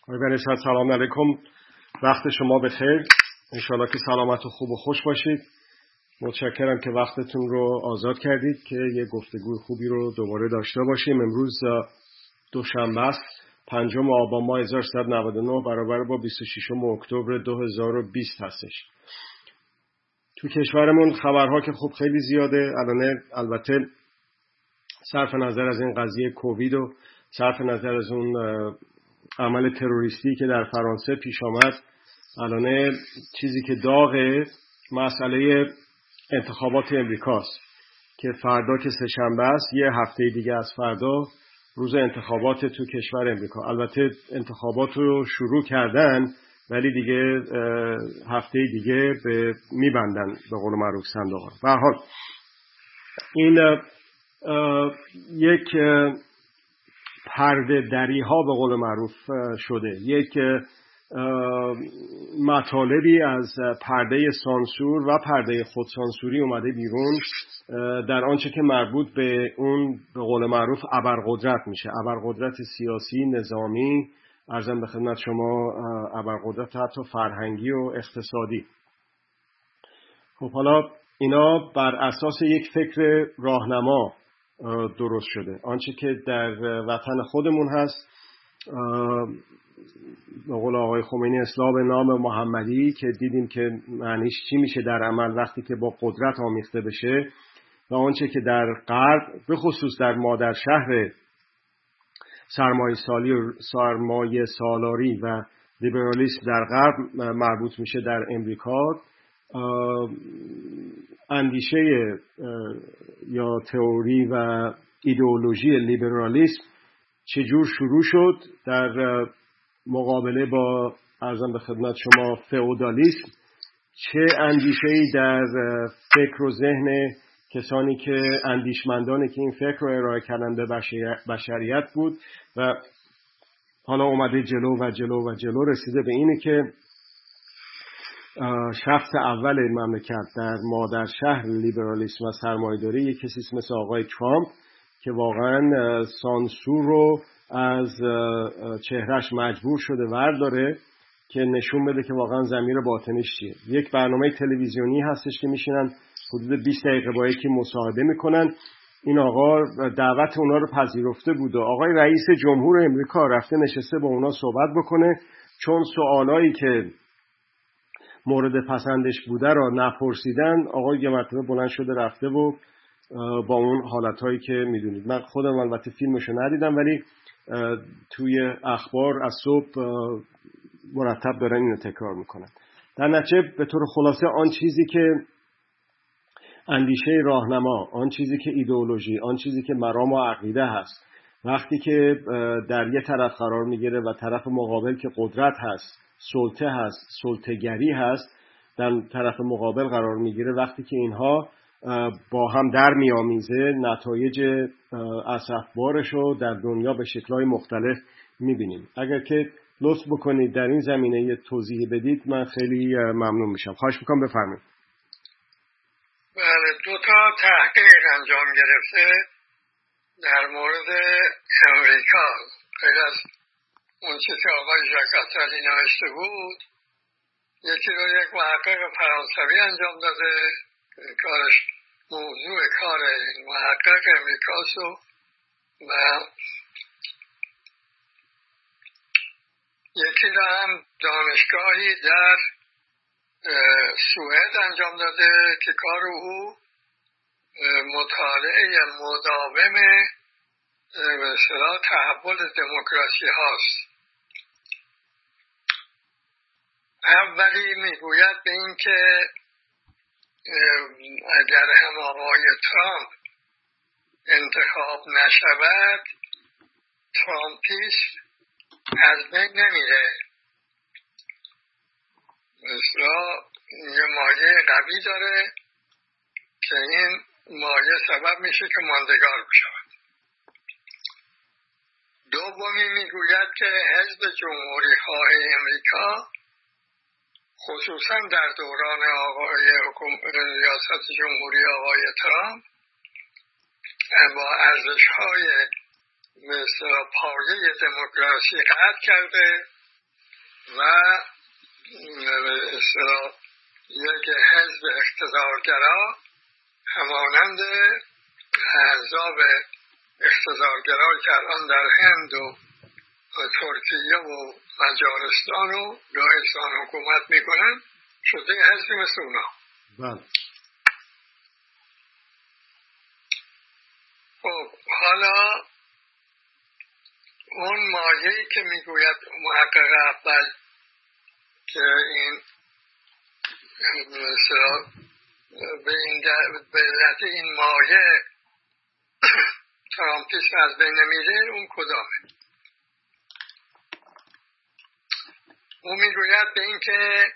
آقای بنی‌صدر سلام علیکم، وقت شما بخیر. انشالله که سلامت و خوب و خوش باشید. متشکرم که وقتتون رو آزاد کردید که یه گفتگوی خوبی رو دوباره داشته باشیم. امروز دوشنبه است، 5 آبان ماه 1399 برابر با 26 اکتبر 2020 هستش. تو کشورمون خبرها که خب خیلی زیاده الان. البته صرف نظر از این قضیه کووید و صرف نظر از اون عمل تروریستی که در فرانسه پیش آمد، الان چیزی که داغه مسئله انتخابات امریکاست که فردا که سه‌شنبه است، یه هفته دیگه از فردا روز انتخابات تو کشور امریکا. البته انتخابات رو شروع کردن ولی دیگه هفته دیگه میبندن به قول معروف صندوق. به هر حال این یک پرده دری ها به قول معروف شده، یک مطالبی از پرده سانسور و پرده خودسانسوری اومده بیرون در آنچه که مربوط به اون به قول معروف ابرقدرت میشه، ابرقدرت سیاسی، نظامی، عرضم به خدمت شما ابرقدرت حتی فرهنگی و اقتصادی. خب حالا اینا بر اساس یک فکر راهنما درست شده. آنچه که در وطن خودمون هست به قول آقای خمینی اصلاح به نام محمدی که دیدیم که معنیش چی میشه در عمل وقتی که با قدرت آمیخته بشه، و آنچه که در غرب به خصوص در مادر شهر سرمایه سالاری و لیبرالیسم در غرب مربوط میشه در امریکا، اندیشه یا تئوری و ایدئولوژی لیبرالیسم چجور شروع شد در مقابله با عرضم به خدمت شما فئودالیسم، چه اندیشه‌ای در فکر و ذهن کسانی که اندیشمندانی که این فکر رو ارائه کردن به بشریت بود، و حالا اومده جلو و جلو و جلو رسیده به اینه که شخص اول مملکت در مادر شهر لیبرالیسم و سرمایه‌داری یک کسی مثل آقای ترامپ که واقعا سانسور رو از چهرهش مجبور شده ورداره که نشون بده که واقعا ضمیر باطنش چیه. یک برنامه تلویزیونی هستش که میشینن حدود 20 دقیقه با یکی مصاحبه میکنن. این آقا دعوت اونا رو پذیرفته بود و آقای رئیس جمهور امریکا رفته نشسته با اونا صحبت بکنه، چون سوالایی که مورد پسندش بوده را نپرسیدن، آقای یه مرتبه بلند شده رفته و با اون حالتهایی که میدونید. من خودم البته فیلمشو ندیدم ولی توی اخبار از صبح مرتب دارن اینو تکرار میکنن. در نتیجه به طور خلاصه آن چیزی که اندیشه راهنما، آن چیزی که ایدئولوژی، آن چیزی که مرام و عقیده هست، وقتی که در یه طرف قرار میگیره و طرف مقابل که قدرت هست، سلطه هست، سلطه‌گری هست، در طرف مقابل قرار میگیره، وقتی که اینها با هم در میامیزه، نتایج اسفبارش رو در دنیا به شکل‌های مختلف میبینیم. اگر که لطف بکنید در این زمینه یه توضیح بدید من خیلی ممنون میشم. خواهش میکنم بفرمایید. بله، 2 تا تحقیق انجام گرفته در مورد امریکا، غیر از اون چیزی که آقای ژاک اتالی نوشته بود. یکی رو یک محقق فرانسوی انجام داده، کارش موضوع کار محقق امریکاست و یکی رو هم دانشگاهی در سوئد انجام داده که کار او مطالعه مداوم به اصطلاح تحول دموکراسی هاست. اولی میگوید به این که اگر هم آقای ترامپ انتخاب نشود، ترامپیسم از بین نمیره. مثلا یه مایه قوی داره که این مایه سبب میشه که ماندگار بشود. دومی میگوید که حزب جمهوری خواه امریکا خصوصا در دوران آقای ریاست جمهوری آقای ترامپ با ارزش‌های مثل پایه دموکراسی قطع کرده و یک حزب اقتدارگرا همانند احزاب اقتدارگرایی که الان در هند و ترکیه و مجارستان و لهستان حکومت میکنن شده حزب مثل اونا. خب حالا اون مایه‌ای که میگوید محقق اول که این مثلا به علت این مایه ترامپیسم از بین نمیره، اون کدامه؟ اون میگوید به این که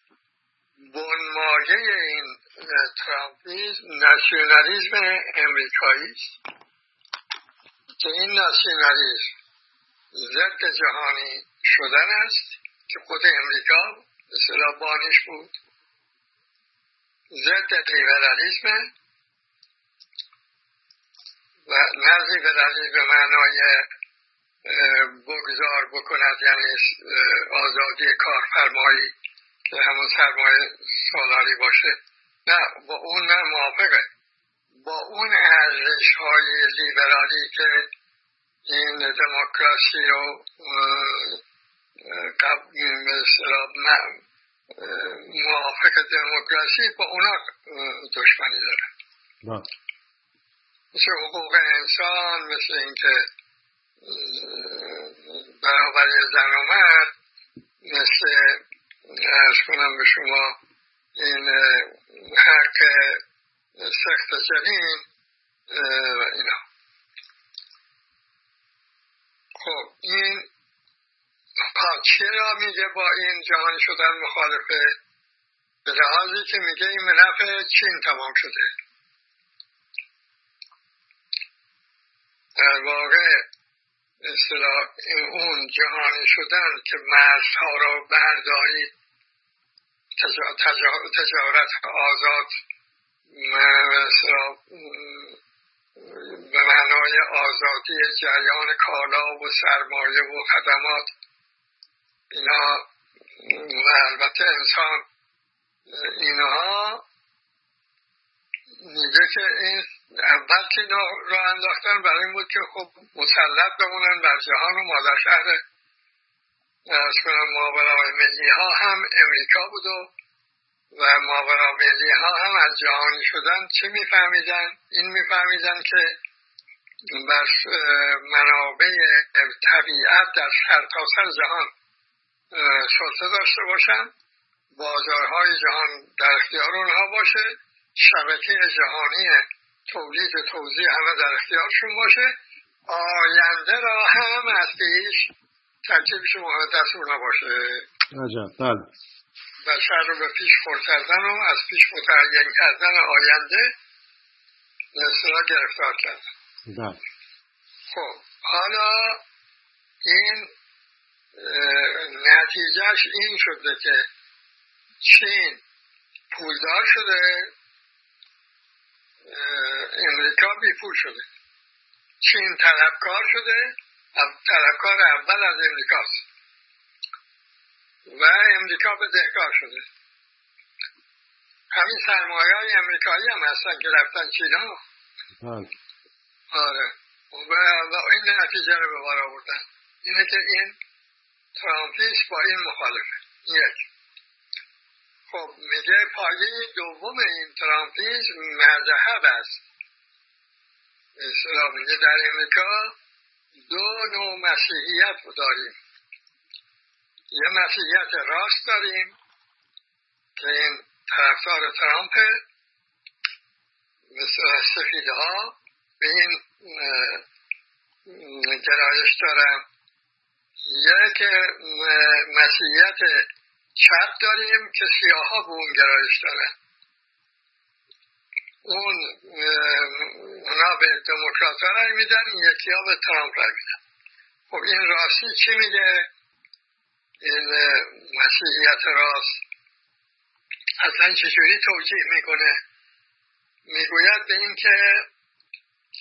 بنمایه این ترامپیسم ناسیونالیسم امریکایی است که این ناسیونالیسم ضد جهانی شدن است که خود امریکا به اصطلاح بانیش بود، ضد لیبرالیسم و نه لیبرالیسم به معنای بگذار بکند یعنی آزادی کارفرمایی که همون سرمایه سالاری باشه، نه با اون نه موافقه، با اون ارزش های لیبرالی که این دموکراسی رو موافق دموکراسی با اونا دشمنی داره، مثل حقوق انسان، مثل اینکه برابری زن و مرد، مثل ارز کنم به شما این حق سخت جنین و اینا. خب این چرا میگه با این جهانی شدن مخالفه؟ به لحاظی که میگه این به نفع چین تمام شده. در واقع اصطلاح اون جهانی شدن که مرزها را برداری، تجارت آزاد به معنای آزادی جریان کالا و سرمایه و خدمات اینا و البته انسان، اینها میگه که این اول که اینا را انداختن برای این بود که خب مسلط بمونن بر جهان و مادر شهر ماورالمللی ها هم امریکا بود و ماورالمللی ها هم از جهانی شدن چه میفهمیدن؟ این میفهمیدن که بر منابع طبیعت در سرتاسر جهان سلطه داشته باشن، بازارهای جهان در اختیار اونها باشه، شبکه جهانی تولید و توزیع همه در اختیارشون باشه، آینده را هم از پیش ترکیبش مهندس اونا باشه. عجب. بله. بشر رو به پیش خور کردن و از پیش متعین کردن آینده مثلا گرفتار کردن. بله. خب حالا این نتیجهش این شده که چین پولدار شده، امریکا بیپول شده. چین طلبکار شده، طلبکار اول از امریکاست و امریکا بدهکار شده. همین سرمایه های امریکایی هم هستن که رفتن چین ها. آره و این نتیجه رو به بار آوردن. اینه که این ترامپیسم با این مخالفه. یک. خب میگه پایه دوم این ترامپیسم مذهب است. مثلا میگه در امریکا دو نوع مسیحیت داریم. یه مسیحیت راست داریم که این طرفدار ترامپه، مثل سفیده ها به این گرایش دارن. یک مسیحیت چپ داریم که سیاه ها به اون گرایش دارن. اونا به دموکرات ها رای میدن، یکی ها به ترامپ رای میدن. خب این راستی چی میگه؟ این مسیحیت راست اصلا چجوری توجیه میکنه؟ میگوید به این که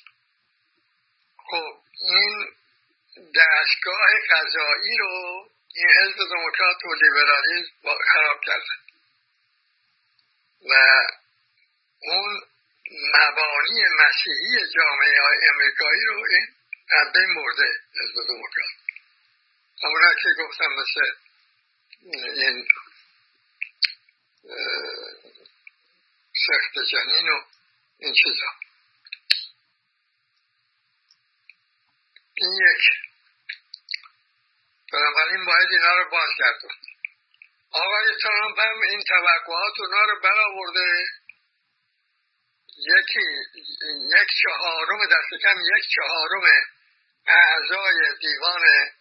خب این دستگاه قضایی رو این حزب دموکرات و لیبرالیسم خراب کردن و اون مبانی مسیحی جامعه های امریکایی رو این از بین برده حزب دموکرات. همونا که گفتم مثل این سخت جنین و این چیزا. این یک. بنابراین باید اینا رو باز گردون. آقای ترامپ هم این توقعات اونا رو برآورده. یک چهارم دست کم یک چهارم اعضای دیوان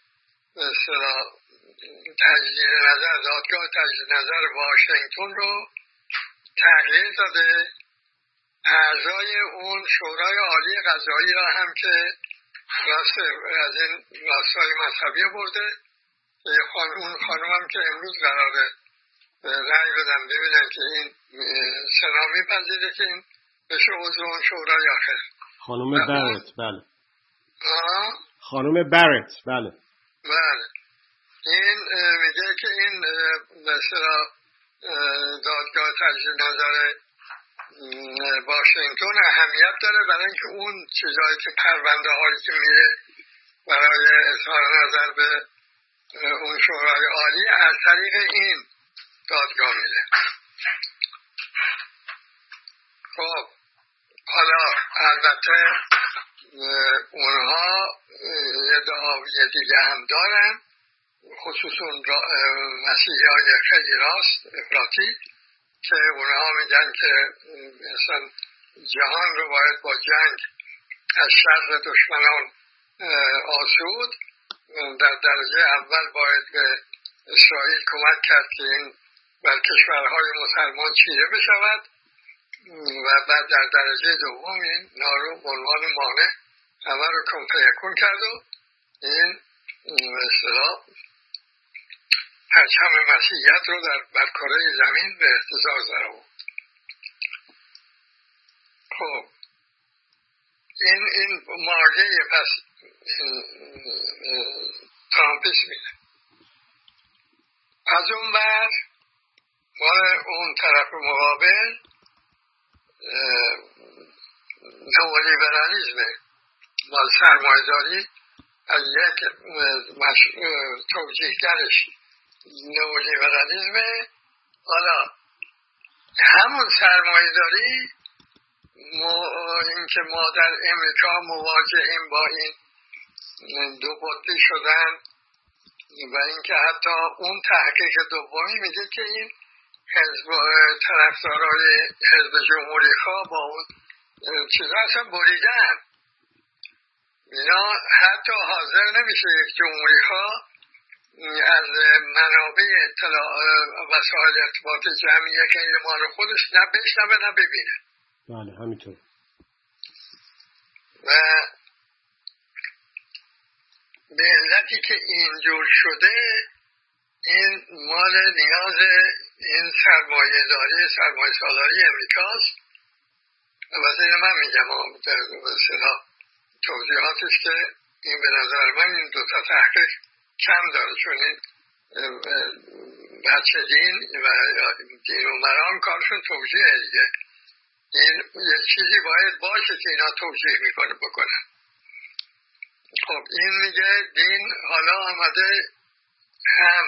تجدید نظر دادگاه تجدید نظر واشنگتن رو تغییر داده. اعضای اون شورای عالی قضایی را هم که از این راستای مذهبی برده. اون خانم هم که امروز قراره رأی بدن ببینن که این سنا میپذیره که این بشه عضو اون شورای آخر. خانم بارت. بله. خانم بارت. بله. بله. این میگه که این مثلا دادگاه تجدید نظر واشنگتن اهمیت داره برای اینکه اون چیزایی که پرونده هایی که میره برای اظهار نظر به اون شورای عالی از طریق این دادگاه میره. خب حالا البته اونها یه دعاوی دیگه هم دارن، خصوصا مسیحی های خیلی راست افراطی که اونها میگن که مثلا جهان رو باید با جنگ از شر دشمنان آسود. در درجه اول باید به اسرائیل کمک کرد که این بر کشورهای مسلمان چیره بشود و بعد در درجه دوم این نارو عنوان مانع همه رو کن فیکون کرد و این مثلا پرچم مسیحیت رو بر کره زمین به اهتزاز در آورد. خب این مارجه پس ترامپیسمیه. از اون بعد مال اون طرف مقابل نئولیبرالیسمه، مال سرمایه‌داری از یک توجیهگرش نئولیبرالیسمه. حالا همون سرمایه‌داری این که ما در امریکا مواجهیم با این دو قطبی شدن و اینکه حتی اون تحقیق دومی میگه که این حزب طرفدارای حزب جمهوری خواه با اون چیزا اصلا بریدن. اینا حتی حاضر نمیشه یک جمهوری خواه از منابع وسایل ارتباط جمعیه که این مال خودش نه بشنوه نه ببینه. بله همینطور. و به علتی که اینجور شده این مال نیاز این سرمایه سالاری امریکاست. و این من میگم در مثلا توضیحاتش که این به نظر من این دوتا تحقیق کم داره، چون این بچه دین و دین و مرام کارشون توجیه دیگه. این یه چیزی باید باشه که اینا توجیه میکنه بکنن. خب این میگه دین حالا آمده هم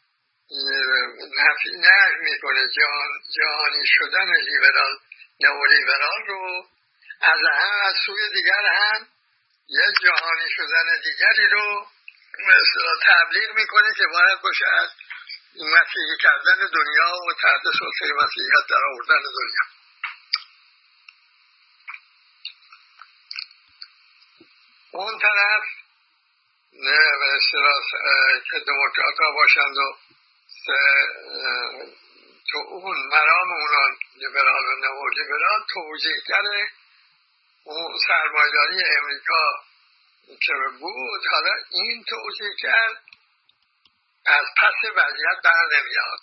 نه میکنه جهانی شدن لیبرال نئولیبرال رو، از سوی دیگر هم یک جهانی شدن دیگری رو مثلا تبلیغ میکنه که باید باشه از مسیحی کردن دنیا و تحت سلطه مسیحیت در آوردن دنیا. اون طرف به اصطلاح که دموکرات ها باشند و تو اون مرام اونان لیبرال و نئو لیبرال توجیهگر اون سرمایه‌داری امریکا که بود، حالا این توجیهگر از پس وضعیت بر نمیاد.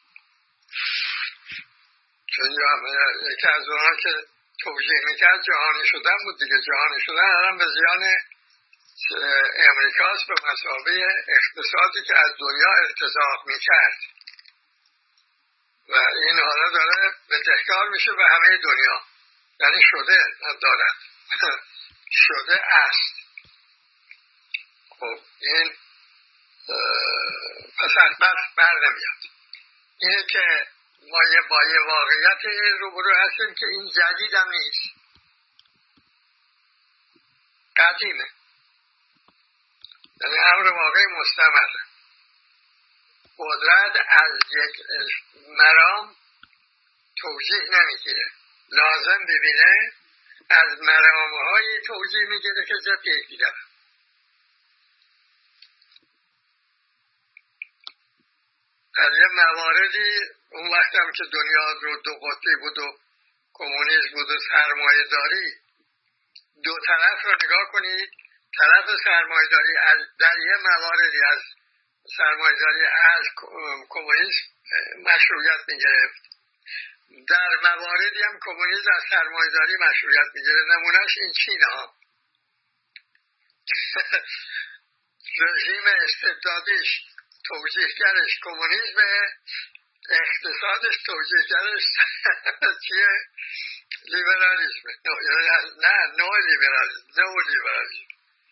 چون یکی از اونها که توجیه میکرد جهانی شدن بود دیگه. جهانی شدن الان به زیان امریکاست به مثابه اقتصادی که از دنیا ارتزاق میکرد و این حالا داره بدهکار میشه به همه دنیا. یعنی شده ندارد شده است. خب این پس از بر نمیاد. اینه که ما با یه واقعیت روبرو هستیم که این جدید هم نیست، قدیمه. یعنی امر واقعی مستمره. قدرت از یک مرام توجیه نمیگیره، لازم ببینه از مرامهای توجیه میگیره که ضد یکی داره. در یه مواردی اون وقت هم که دنیا رو دو قطبی بود و کمونیسم بود و سرمایه داری، دو طرف رو نگاه کنید. طرف سرمایه داری در یه مواردی از سرمایه داری از کمونیسم مشروعیت میگرفت، در مواردی هم کمونیسم از سرمایه داری مشروعیت میگرفت. نمونهش این چین ها رژیم استبدادیش توجیهگرش کمونیسم، اقتصادش توجیهگرش چیه؟ لیبرالیسم. نه نوع لیبرالیسم.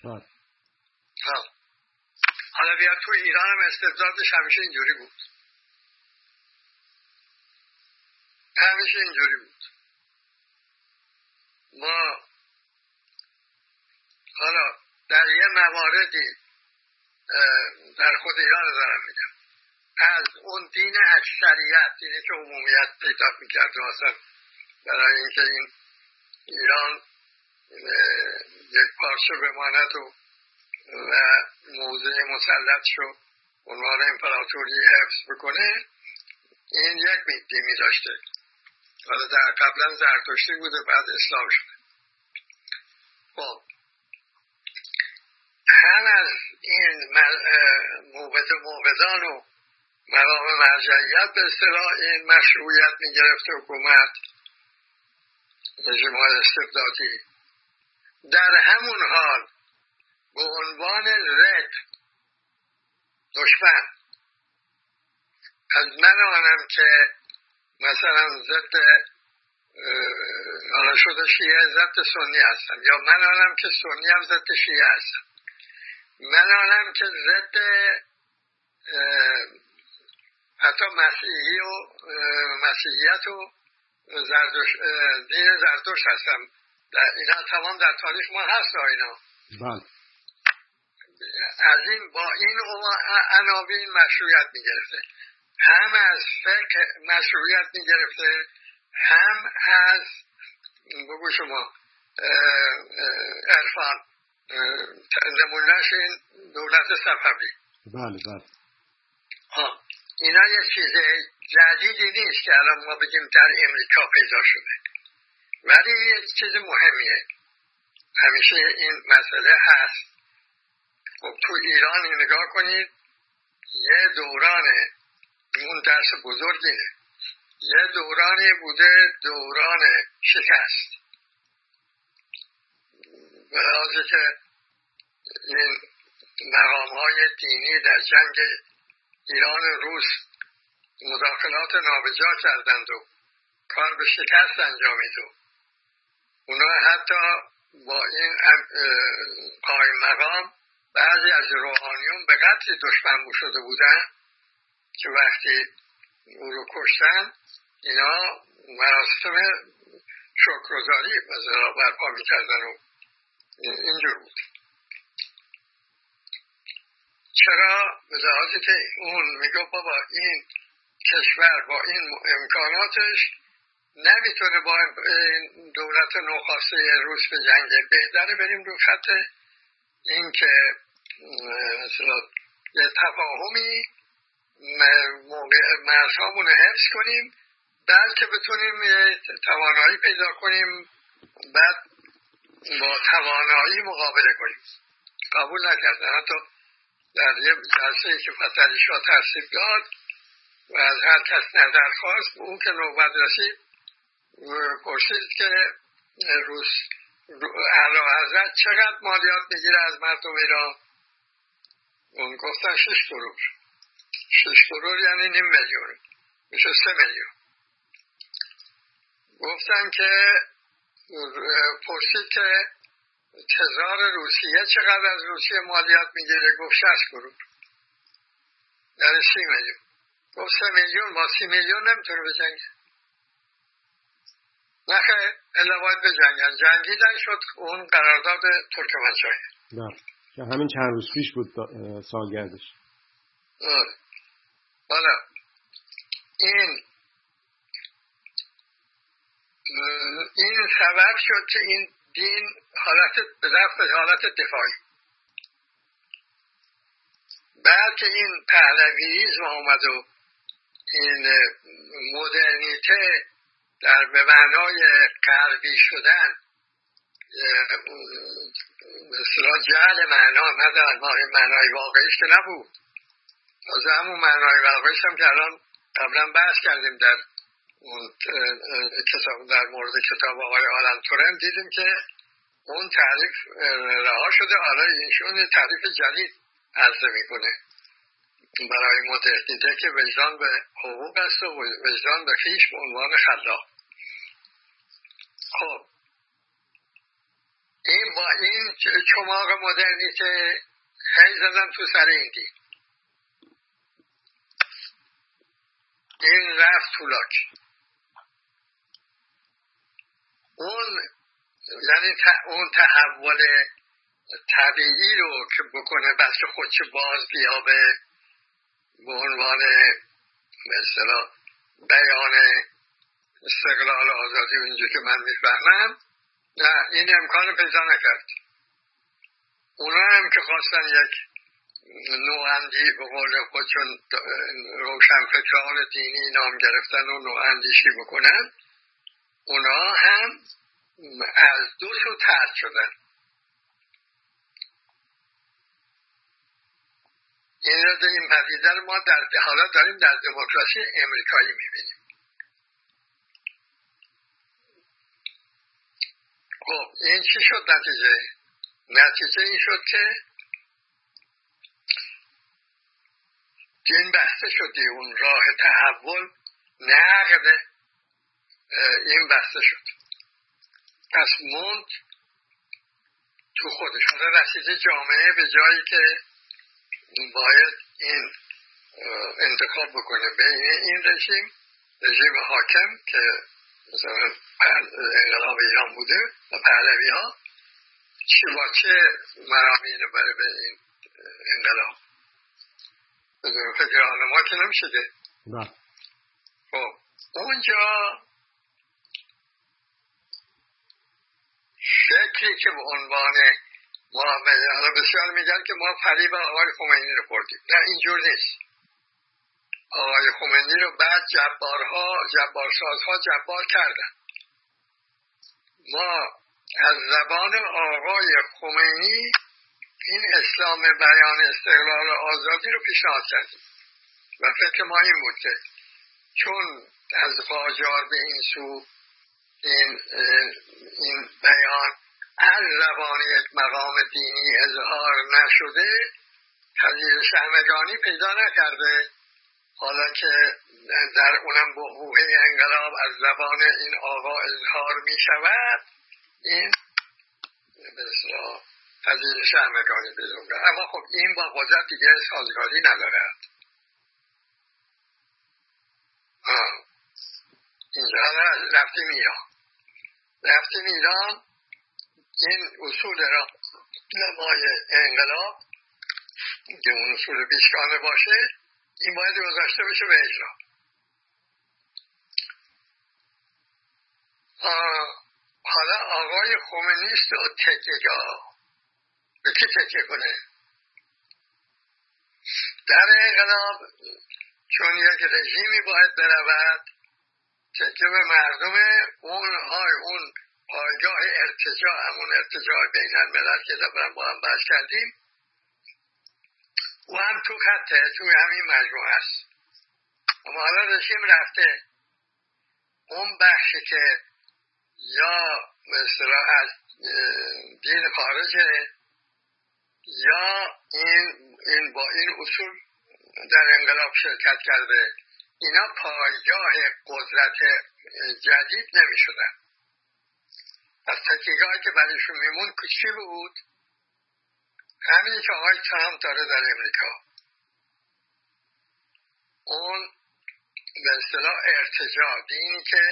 حالا بیا تو ایران هم استبدادش همیشه اینجوری بود. ما حالا در یه مواردی در خود ایران دارم میگم، از اون دین اکثریت، دینی که عمومیت پیدا میکرد، مثلا برای اینکه این ایران یک پارچه بماند و موضع مسلط شو عنوان امپراتوری حفظ بکنه، این یک دینی داشته. حالا در قبلا زرتشتی بوده، بعد اسلام شده. خب هم از این موبدان و مقام مرجعیت به اصطلاح این مشروعیت میگرفت حکومت، رژیم‌های استبدادی. در همون حال به عنوان ضد دشمن از من آنم که مثلا ضد حالا شده شیعه ضد سنی هستم، یا من آنم که سنی هم ضد شیعه هستم، من آنم که ضد حتی مسیحیت و دین زرتشت هستم. اینا تمام در تاریخ ما هست. اینا از این با این عناوین مشروعیت میگرفته، هم از فقه مشروعیت میگرفته، هم از بگو شما عرفان. نمونهش این دولت صفوی. بله. اینا یه چیز جدیدی نیست که الان ما بگیم در امریکا پیدا شده، ولی یه چیز مهمیه، همیشه این مسئله هست. خب تو ایران نگاه کنید، یه دورانه، اون درس بزرگینه، یه دورانی بوده دوران شکست، به لحاظی که این مقام‌های دینی در جنگ ایران و روس مداخلات نابجا کردند و کار به شکست انجامید و اونا حتی با این قایم مقام بعضی از روحانیون به قتل دشمن شده بودن که وقتی او رو کشتن اینا مراسم شکرگزاری مثلا برپا میکردن و اینجور بود. چرا؟ به لحاظی که اون میگه بابا این کشور با این امکاناتش نمیتونه با این دولت نوخاسته روس به جنگه، بهتره بریم رو خط این که مثلا یه تفاهمی مرزهامون رو حفظ کنیم، بلکه بتونیم توانایی پیدا کنیم، بعد با توانایی مقابله کنیم. قبول نکردن. حتی در یه جلسه‌ای که فتحعلی شاه ترتیب داد و از هر کس نظر خواست، اون که نوبت رسید پرسید که روس اعلیحضرت چقدر مالیات میگیره از مردم ایران؟ اون گفتن 6 کرور. 6 کرور یعنی نیم میلیون، میشه 3 میلیون. گفتن که پرسید که تزار روسیه چقدر از روسیه مالیات میگیره؟ گفت 60 کرور، یعنی 30 میلیون. گفت 3 میلیون با 30 میلیون نمیتونه بجنگه. نخیر، الا باید بجنگن. جنگیدن شد اون قرارداد ترکمنچای. نه که همین چند روز پیش بود سالگردش. حالا این سبب شد که این دین رفت به حالت دفاعی. بعد که این پهلوییسم آمد و این مدرنیته در به معنای غربی شدن، مثلا جهل معنا، نه در معنای واقعیش که نبود، از همون معنای واقعیش هم که الان قبلا بحث کردیم در اون کتاب، در مورد کتاب آقای آلن تورن دیدیم که اون تعریف رها شده. حالا اینشون تعریف جدید عرضه میکنه برای مدرنیته که وجدان به حقوق است و وجدان به خویش به عنوان خلاق. خب این با این چماق مدرنیته هی زدن تو سر این دین. این رفت تو لاک. یعنی اون تحول طبیعی رو که بکنه بس خودش باز بیابه به عنوان مثلا بیان استقلال آزادی اونجا که من میفهمم، نه این امکان پیدا نکرد. اونا هم که خواستن یک نواندی به قول خودشون روشنفکران دینی نام گرفتن و نواندیشی بکنن، اونا هم از دو سو طرد شدن. این پدیده رو ما حالا داریم در دموکراسی امریکایی میبینیم. خب این چی شد نتیجه؟ نتیجه این شد که دین بسته شد، اون راه تحول نقد این بسته شد، پس موند تو خودش. حالا رسیده جامعه به جایی که باید این انتخاب بکنه بین این رژیم حاکم که مثلا انقلاب ایران بوده و پهلوی ها، چی با چه مرامی رو بره به این انقلاب. بدون فکر آن ما که نمیشده. خب اونجا فکری که به عنوان ما بسیار میگن که ما فریب آقای خمینی رو خوردیم. نه اینجور نیست. آقای خمینی رو بعد جبارسازها جبار کردن. ما از زبان آقای خمینی این اسلام بیان استقلال و آزادی رو پیشنهاد کردیم و فکر ما این بود که چون از قاجار به این سو این بیان از زبان یک مقام دینی اظهار نشده، پذیرش همگانی پیدا نکرده، حالا که در اونم با حوحه انقلاب از زبان این آقا اظهار می شود، این بسیار پذیرش همگانی پیدا کرد. اما خب این با قدرت دیگه سازگاری نداره. اینجا رفتیم ایران این اصول را نمای انقلاب که اون اصول پیشگانه باشه، این باید گذاشته بشه به اجرا. حالا آقای خمینیست و تکیه‌گاه به کی تکیه کنه؟ در انقلاب چون یک رژیمی باید برود، تکیه به مردم اون پایگاه ارتجاع، همون ارتجاع بین الملل که با هم بحث کردیم، و هم تو خطه، توی همین مجموعه است. اما حالا رژیم رفته اون بخشی که یا مثلا از دین خارجه یا این با این اصول در انقلاب شرکت کرده، اینا پایگاه قدرت جدید نمی شدن. از تکیگاهی که برایشون میمون چی بود؟ همینی که آقای ترامپ داره در امریکا، اون به اصطلاح ارتجاع، دینی که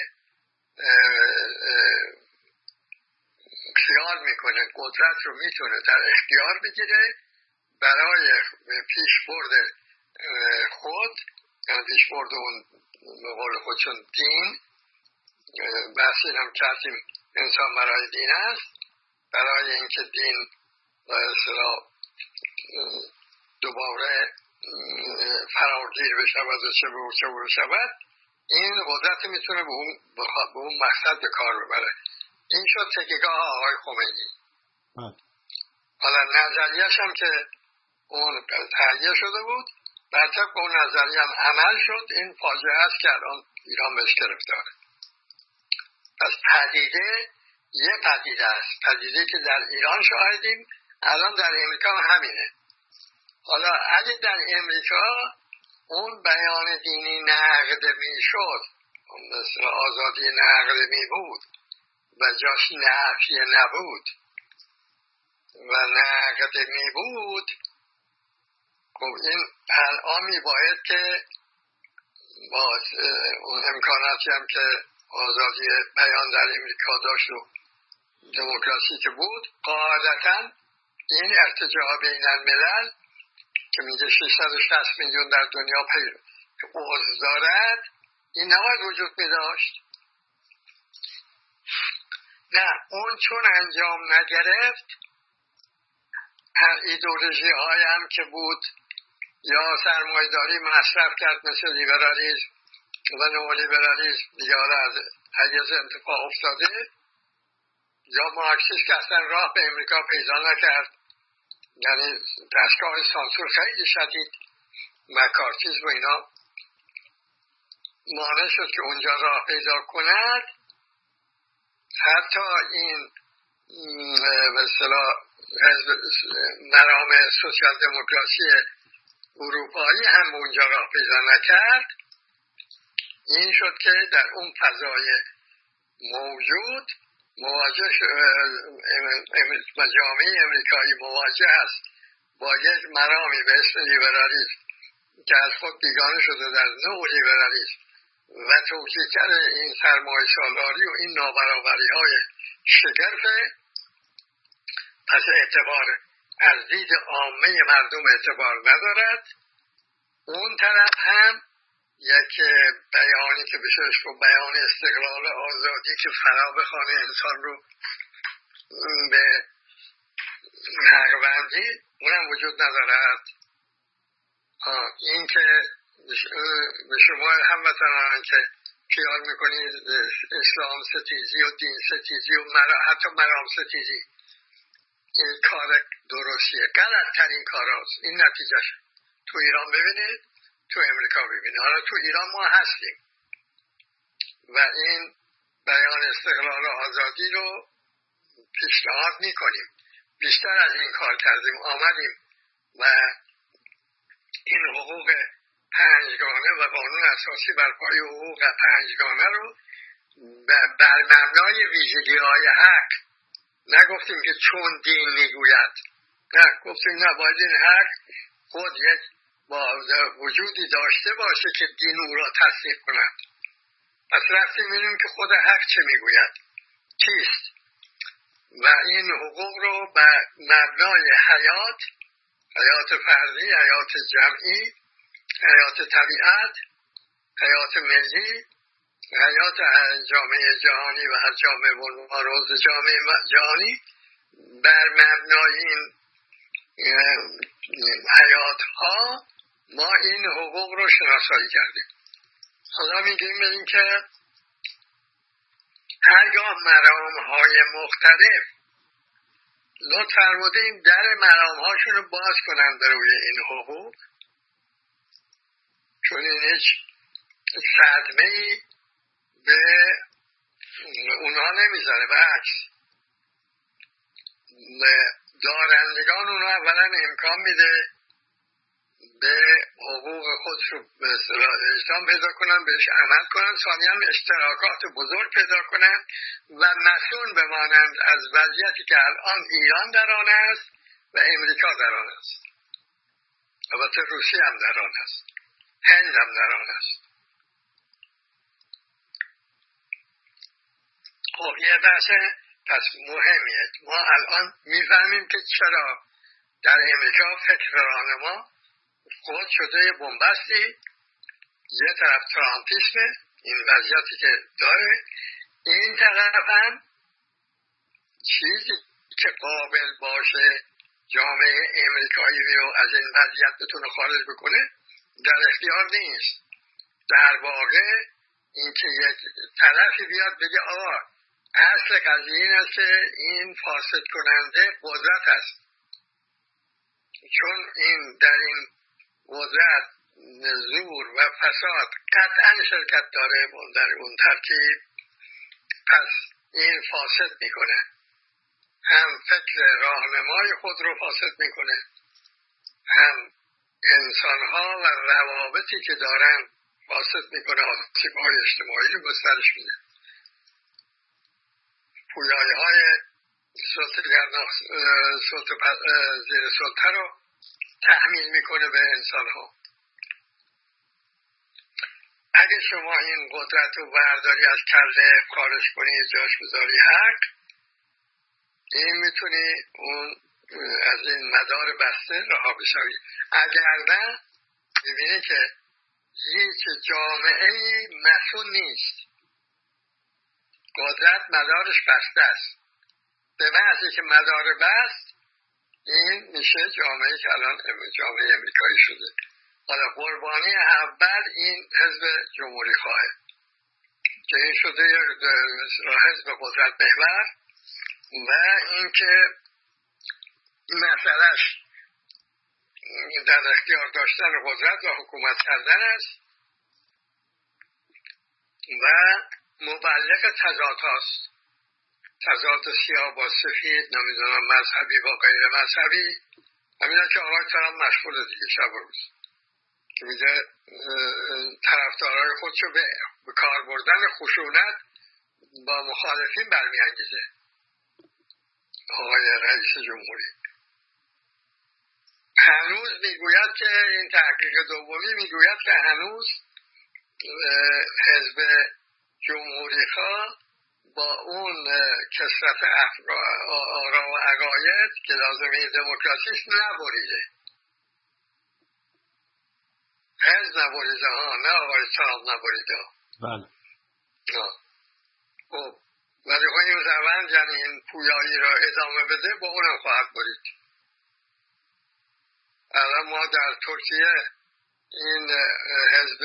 خیال میکنه قدرت رو میتونه در اختیار بگیره برای پیشبرد خود، یعنی پیشبرد اون به قول خودشون دین، بحثی هم کردیم انسان برای دین است، برای اینکه دین به اصطلاح دوباره فراگیر بشود و چه بشود، این قدرت میتونه به اون مقصد به کار ببره. این شد تکیه‌گاه آقای خمینی. حالا نظریه‌اش هم که اون تهیه شده بود، بر طبق اون نظریه هم عمل شد. این فاجعه است که الان ایران بهش گرفتاره. پس پدیده یه پدیده است، پدیده که در ایران شاهدیم، الان در امریکا همینه. حالا اگه در امریکا اون بیان دینی نقد می شد، مثل آزادی نقد می بود و جاش نفی نبود و نقد می بود، خب این الان می باید که با اون امکاناتی هم که آزادی بیان در امریکا داشت و دموکراسی که بود، قاعدتا این ارتجاع بین الملل که میگه 660 میلیون در دنیا عضو دارد، این نباید وجود میداشت. نه، اون چون انجام نگرفت، ایدئولوژی های هم که بود یا سرمایه‌داری مصرف کرد مثل لیبرالیسم و نئولیبرالیسم، دیگه حالا از حیز انتفاع افتاده، یا مارکسیسم که اصلا راه به امریکا پیدا نکرد، یعنی دستگاه سانسور خیلی شدید، مکارتیسم و اینا مانع شد که اونجا راه پیدا کند. حتی این به اصطلاح مرام سوسیال دموکراسی اروپایی هم اونجا راه پیدا نکرد. این شد که در اون فضای موجود مواجه جامعه امریکایی مواجه است با یک مرامی به اسم لیبرالیسم که از خود بیگانه شده در نوع لیبرالیسم و توجیهگر این سرمایه سالاری و این نابرابری های شگرفه. پس اعتبار از دید عامه مردم اعتبار ندارد. اون طرف هم یک بیانی که بهش گفت بیان استقلال آزادی که فرا بخوانه انسان رو به حق‌بندی، اونم وجود ندارد. این که به شما هموطنان که خیال میکنید اسلام ستیزی و دین ستیزی و حتی مرام ستیزی این کار درستیه، غلط ترین کار هست. این نتیجهش تو ایران ببینید، تو امریکا ببینید. حالا تو ایران ما هستیم و این بیان استقلال و آزادی رو پیشنهاد میکنیم. بیشتر از این کار کردیم، آمدیم و این حقوق پنجگانه و قانون اساسی بر پایه حقوق پنجگانه رو بر مبنای ویژگی‌های حق، نگفتیم که چون دین میگوید، نه، گفتیم نه، باید این حق خود یک با وجودی داشته باشه که دین او را تصدیق کند. پس رفتیم می‌بینیم که خود حق چه میگوید، کیست، و این حقوق رو به مبنای حیات فردی، حیات جمعی، حیات طبیعت، حیات ملی، حیات جامعه جهانی و هر جامعه و عضو جامعه جهانی، بر مبنای این حیات ها ما این حقوق رو شناسایی کردیم. خدا میگیم ببین که هرگاه مرام های مختلف لطف فرمودیم در مرام هاشون رو باز کنن به روی این حقوق، چون این هیچ صدمه‌ای به اونها نمیذاره، برعکس دارندگان اونو اولا امکان میده به حقوق خودشو به اصطلاح اجرام پیدا کنن، بهش عمل کنن، ثانیاً اشتراکات بزرگ پیدا کنن و مسئول بمانند از وضعیتی که الان ایران در آن است و امریکا در آن است، البته روسیه هم در آن است، هند هم در آن است. خب یه بحث پس مهمیه. ما الان میفهمیم که چرا در امریکا فکر راهنما خود شده بنبستی، یه طرف ترامپیسمه، این وضعیتی که داره، این طرف هم چیزی که قابل باشه جامعه امریکایی رو از این وضعیت بتونه خارج بکنه در اختیار نیست. در واقع این که یک طرفی بیاد بگه آقا اصل قضیه این است که این فاسد کننده قدرت است، چون این در این قدرت زور و فساد قطعا شرکت داره در اون ترکیب، پس این فاسد میکنه، هم فکر راهنمای خود رو فاسد میکنه، هم انسانها و روابطی که دارن فاسد میکنه، آسیب‌های اجتماعی رو گسترش میده، پویایی‌های زیر سلطه رو تحمیل میکنه به انسانها. اگه شما این قدرت رو برداری از کله خارج کنی جاش بذاری حق، این میتونی اون از این مدار بسته رها بشوی. اگر نه ببینی که هیچ جامعه‌ای مسئول نیست، قدرت مدارش بسته است، به محضی که مدار بست این میشه جامعه که الان جامعه امریکایی شده. حالا قربانی اول این حزب جمهوری خواهه که این شده حزب قدرت محور و اینکه مسئلهش در اختیار داشتن قدرت و حکومت کردن است و مبلغ تضاد هاست، تضاد سیاه با سفید، نمیدونم مذهبی با غیر مذهبی. همینا که آقای ترامپ مشغول دیگه شب و روز که میگه طرفدارای خودشو به کار بردن خشونت با مخالفین برمیانگیزه. آقای رئیس جمهوری هنوز میگوید که این تحقیق دومی میگوید که هنوز حزب جمهوری خواه با اون کثرت آرا و عقاید که لازمه دموکراسی است نبریده. حزب نبریده ها، نه آقای ترامپ نبریده ها. بله. خب ولی خب این روند یعنی این پویایی را ادامه بده با اونم خواهد برید. الان ما در ترکیه این حزب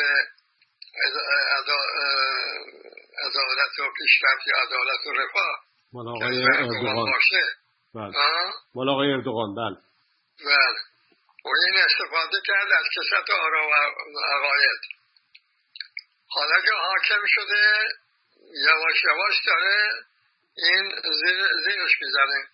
عدالت و پیشرفت یا عدالت و رفاه مال آقای اردوغان باشه. مال آقای اردوغان. بله. بله. و این استفاده کرد از کثرت آرا و عقاید. حالا که حاکم شده یواش یواش داره این زیرش میزنه.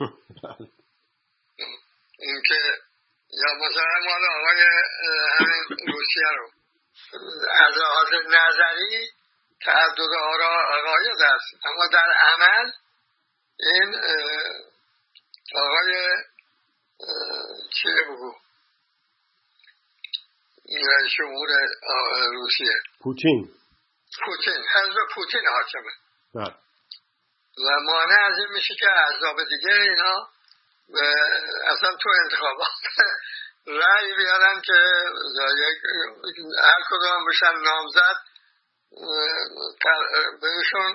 این که یا مثلا مال آقای همین روسیه رو از لحاظ نظری تعدد آرا عقاید است، اما در عمل این آقای چیه بگو رئیس جمهور روسیه پوتین حزب پوتین حاکمه و مانع از این میشه که احزاب دیگه اینا اصلا تو انتخابات رأی بیارن که هر کدام بشن نامزد بهشون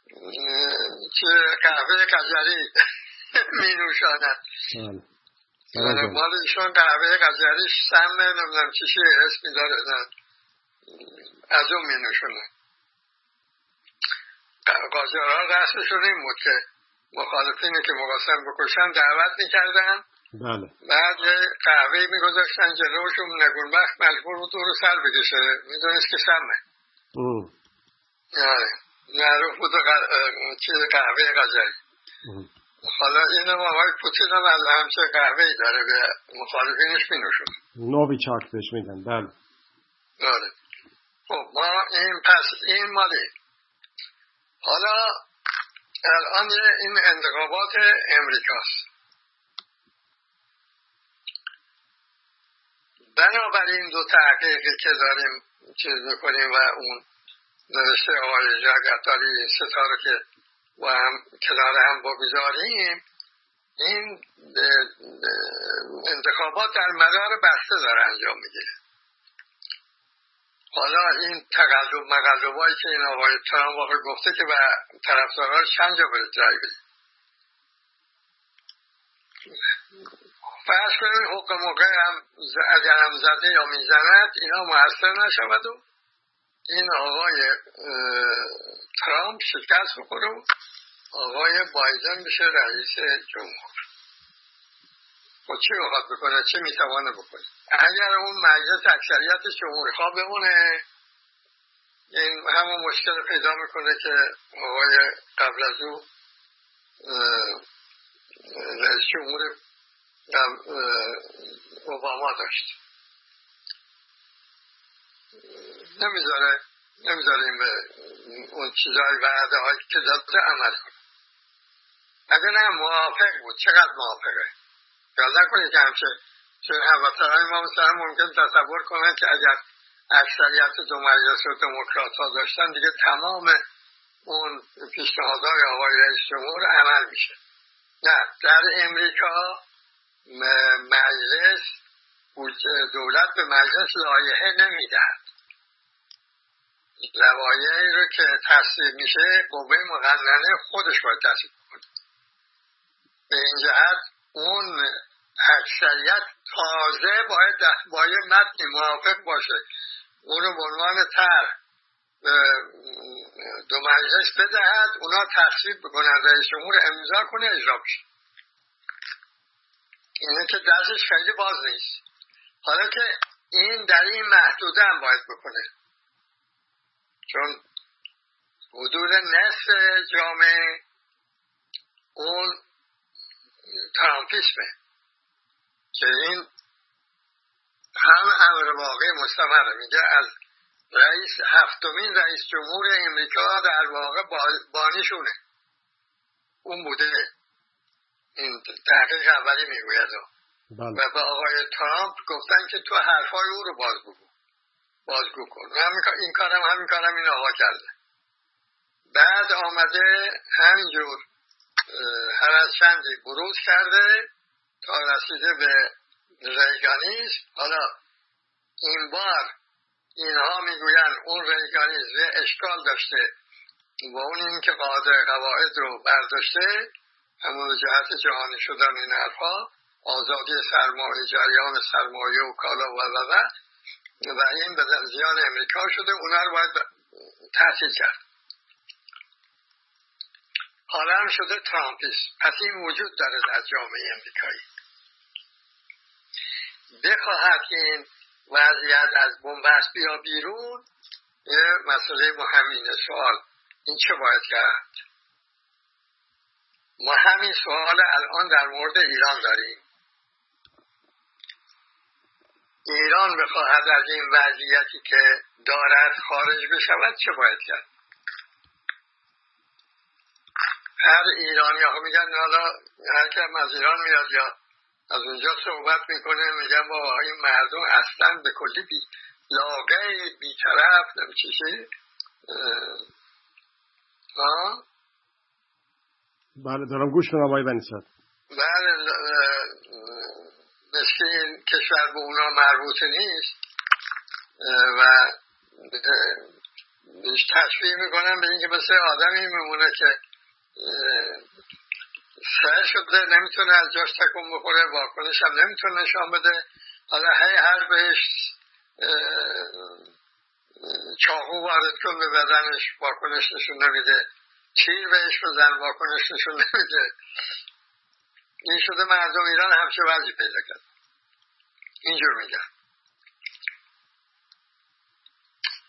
قهوه قجری می نوشانن. مالشون قهوه قجری سمه نمیدونم چیشی اسمی داره از اون می نوشانن. قاجارها قصدشون این بود که مخالفینی که می‌خواستن بکشن دعوت می‌کردن. بله. بعد قهوه می‌گذاشتن جلوشون، نگونبخت مجبور بود رو سر بکشه، می‌دونست که سمه. معروف بود قهوه قجری. حالا اینم آقای پوتین هم از همچه قهوه‌ای داره به مخالفینش مینوشون. نوبی چاک بهش میدن. بله. آره. خب ما این مالی. حالا الان این انتخابات امریکاست. بنابراین دو تحقیقی که داریم چیز میکنیم و اون نوشته آقای ژاک اتاری ستاره که و هم کنار هم بگذاریم، این انتخابات در مدار بسته داره انجام میگیره. حالا این مقلبایی که این آقای ترامپ واقع گفته که به طرفداراش چند جا باید جای بدید. فرض کنید حق موقع هم اگر هم زده یا میزند اینا مؤثر نشود و این آقای ترامپ شکست بخوره و آقای بایدن بشه رئیس جمهور. خب چی میخواد بکنه؟ چی میتوانه بکنه؟ اگر اون مجلس اکثریت جمهوری خواه بمونه، این همون مشکل پیدا میکنه که آقای قبل از او رئیس جمهور اوباما داشت. نمیذاره اون چیزهای وعده هایی که داده عمل کنه. اگر نه موافق بود، چقدر موافقه؟ یاد نکنید که همچه چون هموطنهای ما مثلا ممکن تصور کنن که اگر اکثریت دو مجلس و دموکرات ها داشتن دیگه تمام اون پیشنهادهای آقای رئیس جمهور عمل میشه. نه، در امریکا مجلس دولت به مجلس لایحه نمیدهد. لوایحی رو که تصویب میشه قوه مقننه خودش باید تصویب کنه. به این جهت اون اکثریت تازه باید متن موافق باشه، اون رو به عنوان طرح دو مجلس بدهد، اونا تصویب بکنن، رئیس جمهور امضا کنه، اجرا بشه. اینه که دستش خیلی باز نیست. حالا که این در این محدوده هم باید بکنه، چون حدود نصف جامعه اون ترامپیسمه که این هم امر واقعی مستمره. میگه از هفتمین رئیس جمهور امریکا در واقع بانیشونه اون بوده. این تحقیق اولی میگوید و به آقای ترامپ گفتن که تو حرفای او رو بازگو کن. این کارم این آقا کرده. بعد آمده همینجور هر از چندی بروز کرده تا رسیده به ریگانیسم. حالا این بار اینها میگوین اون ریگانیسم اشکال داشته و اون این که قواعد رو برداشته، همون جهت جهانی شدن این حرفا، آزادی سرمایه، جریان سرمایه و کالا و این به زیان امریکا شده، اونا رو باید تحصیل کرد. حالا هم شده ترامپیسم. پس این وجود داره در جامعه امریکایی. بخواهد که این وضعیت از بنبست بیا بیرون، یه مسئله مهمینه. سوال این چه باید کرد؟ ما همین سوال الان در مورد ایران داریم. ایران بخواهد از این وضعیتی که دارد خارج بشود چه باید کرد؟ هر ایرانی ها میگن، حالا هر کم از ایران میاد یا از اونجا صحبت میکنه، میگن با این مردم اصلا به کلی لاغر بی‌طرف نمیشه. بله دارم گوش میدم آقای بنی صدر. بله، مثل این کشور به اونا مربوط نیست و تشبیه میکنن به اینکه مثل آدمی میمونه که سر شده نمیتونه از جاش تکون بخوره، واکنش هم نمیتونه نشان بده. حالا هر بهش چاقو وارد کن به بدنش واکنش نشون نمیده، تیر بهش بزن واکنش نشون نمیده. این شده مردم ایران همچه وضعی پیدا کرد. اینجور میگن.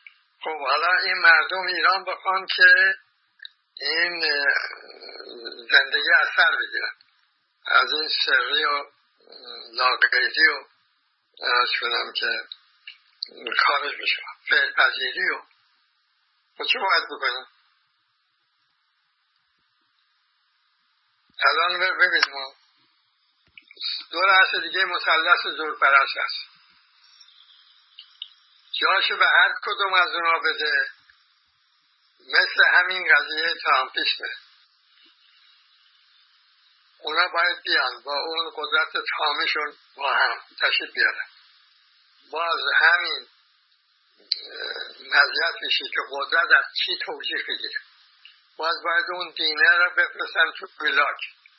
خب حالا این مردم ایران بخوان که این زندگی اثر بگیرن، از این سری و لاقیدی و شدم که خارج بشن، فعل پذیری و چه باید بکنم؟ الان ببینیم ما دو رأس دیگه مثلث زورپرست هست، جاشو به هر کدوم از اونا بده، مثل همین قضیه ترامپیسمه. اونا باید بیان با اون قدرت تامشون با هم تشریف بیارن، باز همین مزیت میشه که قدرت از چی توجیه بگیره، باز باید اون دینه رو بفرستن تو ویلاک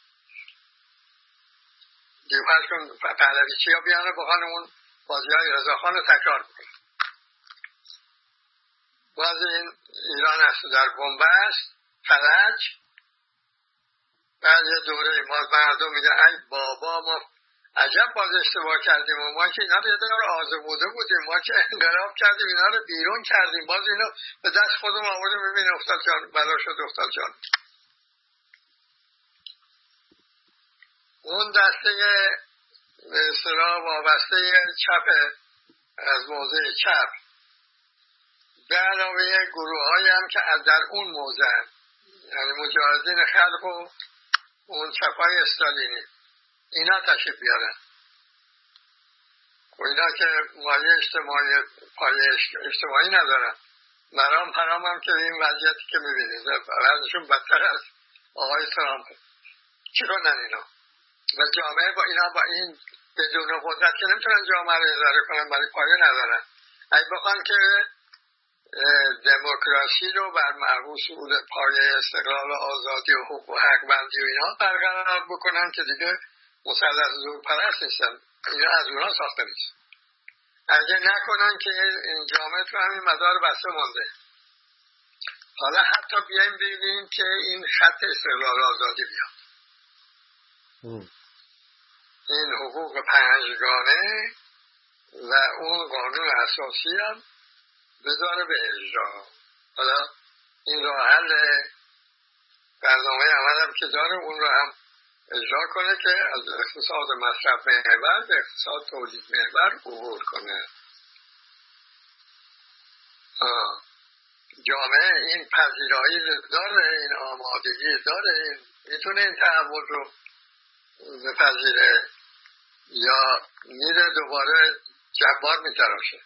دیوهشون پهلویچی ها بیان رو بخوان اون بازی های رضاخان رو تکرار بکنن. باز این ایران هست در بنبست فلج، بعد یه دوره ما مردم میگه ای بابا ما عجب باز اشتباه کردیم و ما که اینا رو یه دور آزموده بودیم، ما که انقلاب کردیم اینا رو بیرون کردیم، باز اینا به دست خودم آوردیم ببین افتاد جان بلا شد افتاد جان. اون دسته به اصطلاح وابسته چپ از موضع چپ به علاوه گروه هایی هم که در اون موضع هم. یعنی مجاهدین خلق و اون چپای استالینی اینا تشریف بیارن و اینا که پایه اجتماعی ندارن، مرام پرام هم که این وضعیتی که میبینید وضعشون بدتر از آقای ترامپ. چی کنن اینا؟ و جامعه با اینا با این بدون قدرت که نمیتونن جامعه رو اداره کنن، برای پایه ندارن. اگه بخوان که دموکراسی رو بر اصول پایه استقلال و آزادی و حقوق و حق بندی و اینا برقرار بکنن که دیگه مثلث زورپرست نیستن، اینا از اونا ساخته نیست. اگه نکنن که این جامعه تو همین مدار بسته مانده. حالا حتی بیایم ببینیم که این خط استقلال و آزادی بیاد، این حقوق پنجگانه و اون قانون اساسی هم بذاره به اجرا. حالا این راه حل برنامه عمل هم که داره اون رو هم اجرا کنه که از اقتصاد مصرف محور به اقتصاد تولید محور عبور کنه. جامعه این پذیرایی داره، این آمادگی داره، میتونه این تحول رو بپذیره یا میره دوباره جبار میتراشه.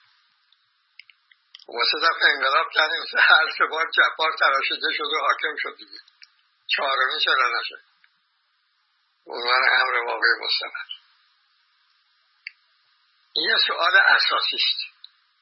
واسه دفعه انقلاب کردیم هر سه بار جبار تراشیده شد و حاکم شد دیگه، چهارمی چرا نشد؟ عنوان امر واقعی مستمر. این یه سؤال اساسی است.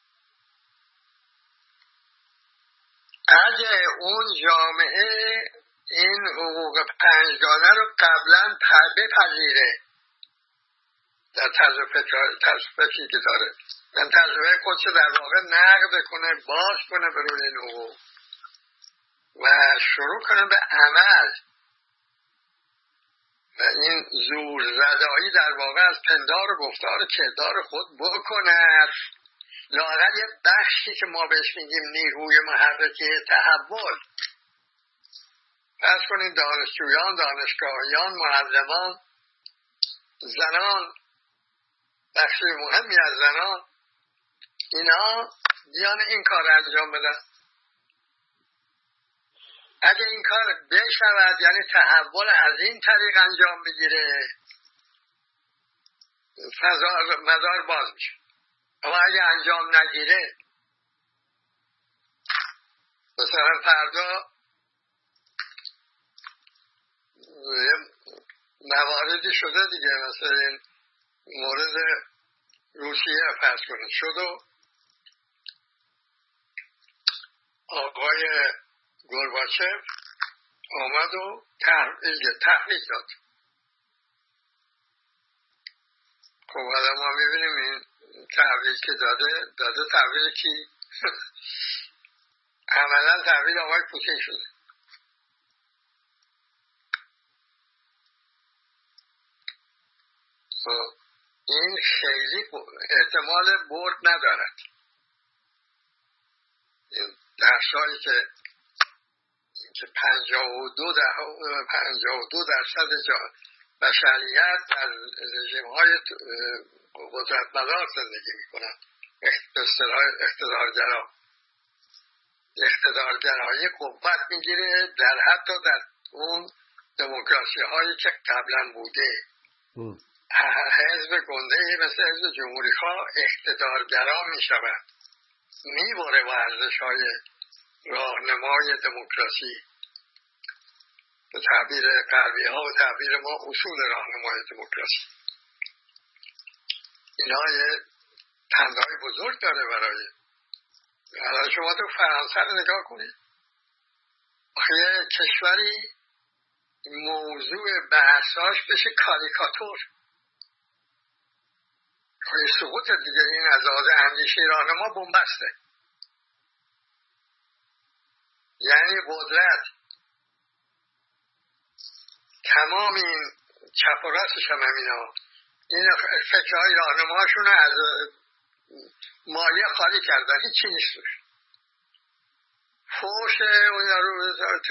اگه اون جامعه این حقوق پنجگانه رو قبلا بپذیره در طرز فکری که داره، من تجربه خودش در واقع نقد کنه، باز کنه به روی این حقوق و شروع کنه به عمل و این زور زدایی در واقع از پندار و گفتار کردار خود بکنه. لااقل یه بخشی که ما بهش میگیم نیروی محرکه تحول، فرض کنید دانشجویان، دانشگاهیان، معلمان، زنان، بخشی مهمی از زنان، اینا بیان این کار انجام بدن. اگه این کار بشود یعنی تحول از این طریق انجام بگیره، مدار باز میشه. اما اگه انجام نگیره، مثلا فردا مواردی شده دیگه، مثلا این مورد روسیه فرض کنید شد و آقای گورباچف آمد و تحویل داد. خب حالا ما میبینیم این تحویل که داده تحویل کی؟ عملا تحویل آقای پوتین شده. این خیلی احتمال برد ندارد. این درشایی که که 52% بشریت در رژیم‌های قدرتمدار زندگی میکنن. به اصطلاح اقتدارگرایی قوت میگیره در حتی در اون دموکراسی هایی که قبلا بوده. حزب گنده مثل حزب جمهوری خواه اقتدارگرا میشود، میبره و ارزش های راهنمای دموکراسی، به تعبیر غربی ها و تعبیر ما اصول راهنمای دموکراسی. اینا یه پندهای بزرگ داره برای حالا شما تو فرانسه رو نگاه کنید. یه کشوری موضوع بحثاش بشه کاریکاتور، سقوط دیگه این از آز اندیشه راهنما بنبسته. یعنی قدرت تمام این چپ و راستش هم همینا، این فکرهای راهنماشون از مالیه خالی کردن، هیچی نیست. فوش اون یارو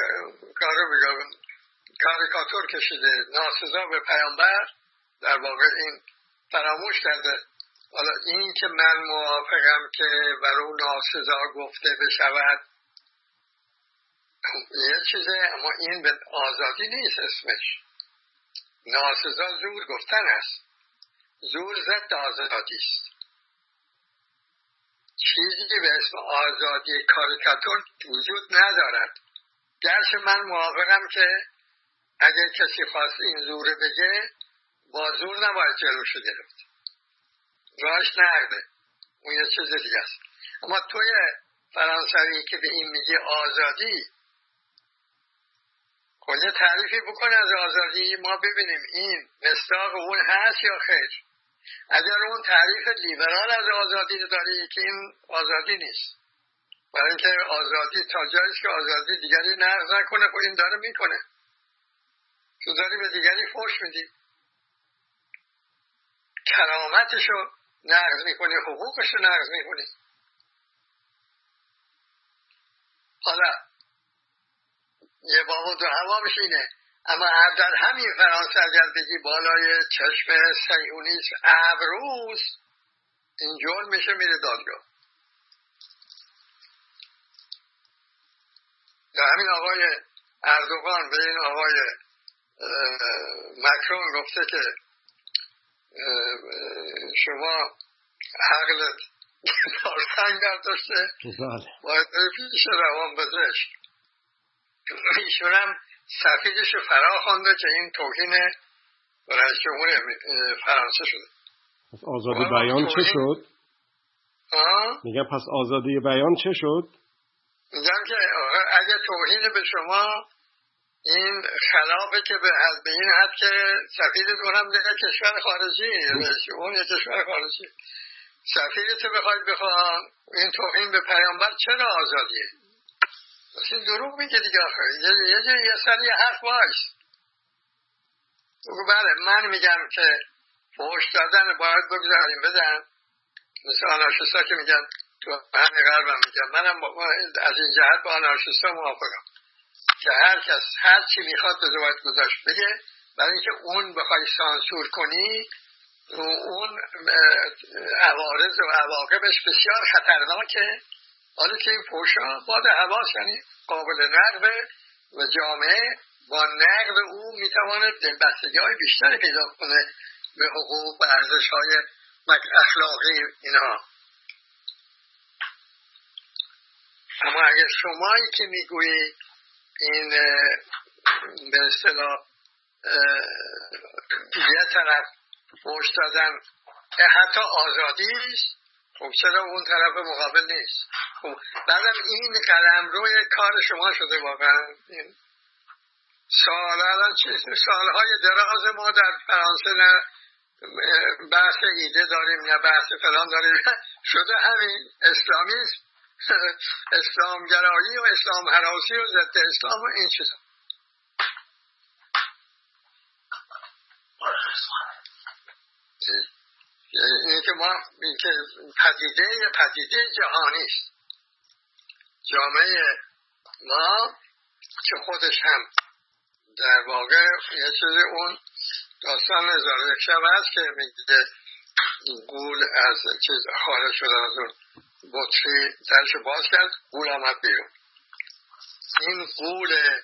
کاریکاتور کشیده، ناسزا به پیامبر، در واقع این فراموش کرده. حالا این که من موافقم که بر اون ناسزا گفته بشود یه چیزه، اما این به آزادی نیست. اسمش ناسزا زور گفتن است. زور ضد آزادی است. چیزی به اسم آزادی کاریکاتور وجود ندارد. گرچه من موافقم که اگر کسی خواست این زوره بگه با زور نباید جلوشو گرفت، راهش نرده، اون یه چیز دیگه است. اما توی فرانسوی که به این میگه آزادی، خود تعریفی بکن از آزادی، ما ببینیم این مصداق اون هست یا خیر. اگر اون تعریف لیبرال از آزادی رو داری که این آزادی نیست، برای اینکه آزادی تا جایی که آزادی دیگری نقض نکنه، خب این داره میکنه. تو داری به دیگری فحش میدی، کرامتشو نقض میکنی، حقوقشو نقض میکنی. حالا یه بابا دو هوامش اینه. اما در همین فرانسه اگر بگی بالای چشم صهیونیسم ابروز، این جرم میشه، میره دادگاه. در همین آقای اردوغان به این آقای مکرون گفته که شما عقلت دارتنگ برداشته، باید پیش روان پزشک. ایشون هم سفیدش رو فرا خوانده که این توهین رئیس جمهور فرانسه شده. پس آزادی بیان چه شد؟ میگم پس آزادی بیان چه شد؟ میگم که اگه توهین به شما این خلافه که به این حد که سفیرتون هم دیگه کشور خارجی، اون یه کشور خارجی، سفیرتو بخواید بخوان، این توهین به پیامبر چرا آزادیه؟ بس این دروغ میگه دیگه. یه سری حرف وایس. بله من میگم که فحش دادن باید بگذاریم بدن، مثل آنارشیستا که میگن تو همین غرب هم میگن. منم از این جهت با آنارشیستا موافقم که هر کس هر چی میخواد به زباید گذاشت بگه، برای اینکه اون بخوای سانسور کنی اون عوارض و عواقبش بسیار خطرناکه. حالا که این فحشا باد حواس، یعنی قابل نقد و جامعه با نقد او میتواند بستگی های بیشتری پیدا کنه به حقوق و ارزش های اخلاقی اینها. اما اگر شمایی که میگویی این به اصطلاح یه طرف فحش دادن حتی آزادی است، خب چرا اون طرف مقابل نیست؟ خب بعدم این قلم روی کار شما شده واقعا. این سالهای دراز ما در فرانسه نه بحث ایده داریم نه بحث فلان داریم، شده همین اسلامیسم، اسلامگرایی و اسلام هراسی و ضد اسلام و این چیزا. این که ما این که پدیده جهانی است. جامعه ما که خودش هم در واقع یه چیزی اون داستان 1001 شب هست که میگه گول از چیز خارج شد از اون بطری درش باز کرد، گول آمد بیرون. این گول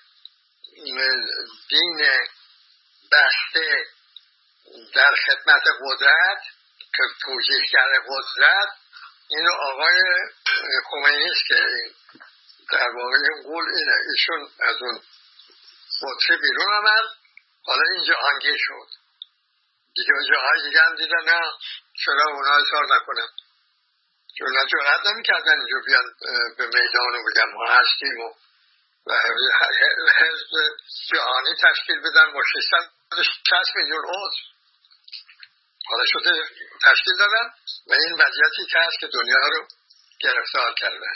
دین بسته در خدمت قدرت که توجیه کرده قدرت، این آقای خمینی است که در واقع این گول اینه. ایشون از اون بطری بیرون آمد، حالا این جهانگیر شد دیگه. جاهای دیگه هم دیدن نه چرا اونا اظهار نکنن، چون اونا جرأت نمی‌کردن اینجا بیان به میدان و بگن ما هستیم و حزب جهانی تشکیل بدن با 660 میلیون عضو. حالا شده تشکیل دادن و این وضعیتی که هست که دنیا رو گرفتار کردن.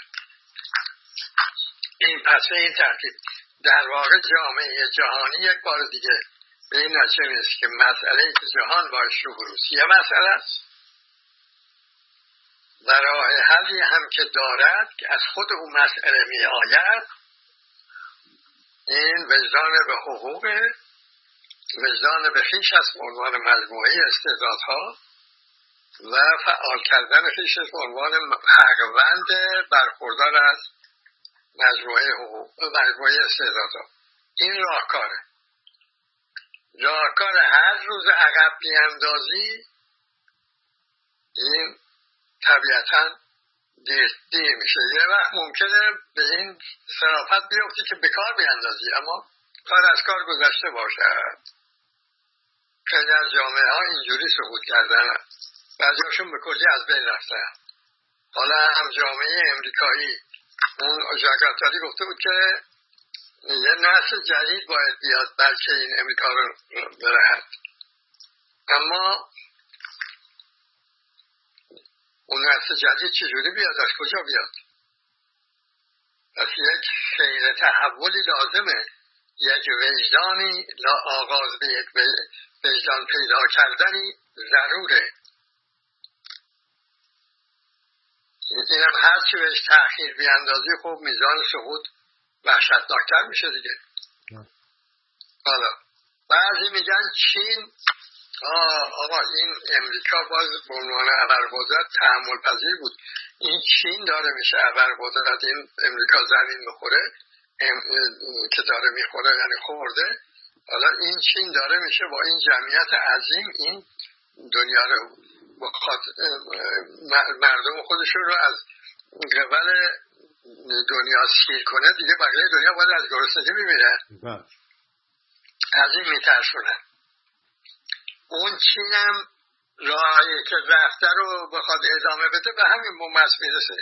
این پس این ترتیب در واقع جامعه جهانی یک بار دیگه به این نتیجه میرسه که مسئله که جهان باید رو بروز یه مسئله است و راه حلی هم که دارد که از خود اون مسئله می آید، این وجدان به حقوق، وجدان به خویش است به عنوان مجموعه استعدادها و فعال کردن خویش است به عنوان حقوند برخوردار از مجموعه حقوق و مجموعه استعدادها. این راهکاره. راهکار هر روز عقب بیاندازی این طبیعتاً دیر میشه. یه وقت ممکنه به این صرافت بیفتی که بکار بیاندازی، اما کار از کار گذشته باشد. خیلی از جامعه ها اینجوری سقوط کردن، بعضیاشون به کلی از بین رفتن. حالا هم جامعه امریکایی اون جاکارتالی گفته بود که یه نسل جدید باید بیاد بلکه این امریکا رو برهد، اما اون نسل جدید چجوری بیاد، از کجا بیاد؟ پس یک سیر تحولی لازمه، یک وجدانی آغاز به یک وجدان پیدا کردنی ضروره. اینم هرچی بهش تأخیر بیاندازی خوب میزان سقوط وحشتناکتر میشه دیگه. حالا بعضی میگن چین آقا این امریکا باز به عنوان ابرقدرت تحمل پذیر بود، این چین داره میشه ابرقدرت، این امریکا زمین میخوره که داره میخوره یعنی خورده، حالا این چین داره میشه با این جمعیت عظیم این دنیا رو مردم خودشون رو از قبل دنیا سیر کنه دیگه. بقیه دنیا باید از گرسنگی میمیره، از این میترسونه. اون چینم راهی که رفته رو بخواد ادامه بده به همین بنبست میرسه.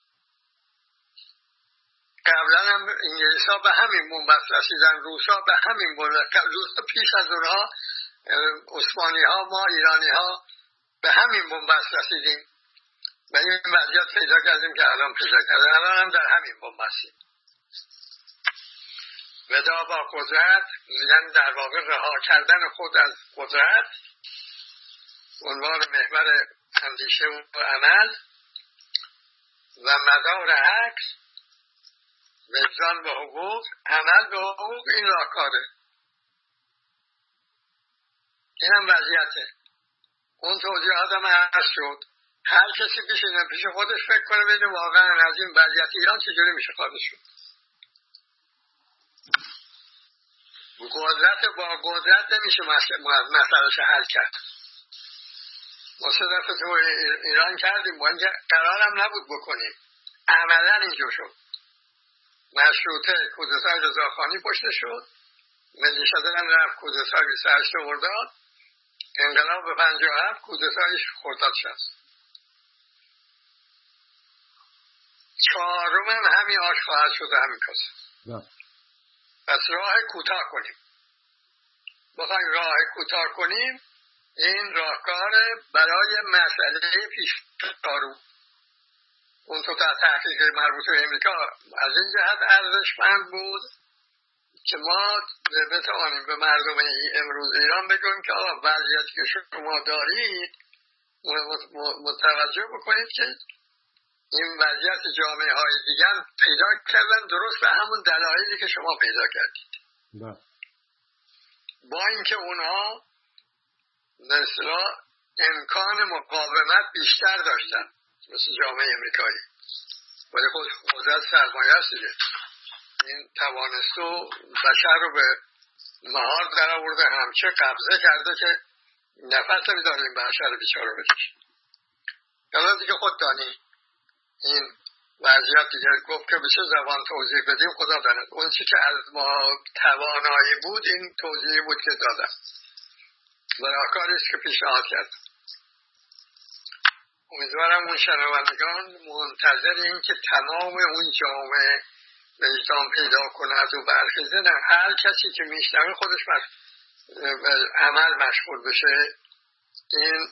قبلا هم انگلیس ها به همین بنبست رسیدن، روس ها به همین بنبست، روس پیش از اونها عثمانی ها، ما ایرانی ها به همین بنبست رسیدیم و این وضعیت پیدا کردیم که الان پیدا کردیم. الان هم در همین بنبستیم. ودا با قدرت یعنی در واقع رها کردن خود از قدرت عنوان محور اندیشه و عمل و مدار عکس وجدان به حقوق، عمل به حقوق، این راهکاره. این هم وضعیته. اون توضیحات هم هست شد. هر کسی پیش خودش فکر کنه ببینه واقعا از این وضعیت ایران چجوری میشه خارج شد. قدرت با قدرت نمیشه مسئلهش حل کرد. ما صدف تو ایران کردیم با اینکه قرارم نبود بکنیم، عملا اینجور شد. مشروطه کودتای رضاخانی پشت شد، ملی شدن رفت کودتای 28 مرداد، انقلاب به 57 کودتای خرداد شد. چهارم هم همین آش خواهد شد و همین کاسه. پس راه کوتاه کنیم. بخوایم راه کوتاه کنیم، این راهکار برای مسئله پیش رو اون تو تحقیق مربوط به امریکا از این جهت ارزشمند بود که ما بتوانیم به مردم امروز ایران بگوییم که آقا وضعیتی که شما دارید متوجه بکنید که این وضعیت جامعه های دیگه هم پیدا کردن درست به همون دلایلی که شما پیدا کردید. با اینکه اونها به اصطلاح امکان مقاومت بیشتر داشتن مثل جامعه امریکایی، ولی خود قدرت سرمایه است دیگه. این توانست و بشر رو به مهار در آورده، همچه قبضه کرده که نفس نمی‌داره این بشر بیچاره رو بکشه. حالا دیگه خود دانی این وضعیت دیگه گفت که به چه زبان توضیح بدیم خدا داند. اون چی که از ما توانایی بود این توضیحی بود که دادم و راهکاری است که پیشنهاد کردم. امیدوارم اون شنوندگان منتظر این که تمام اون جامعه وجدان پیدا کند و برخیزه، نه هر کسی که میشنوه خودش عمل مشغول بشه. این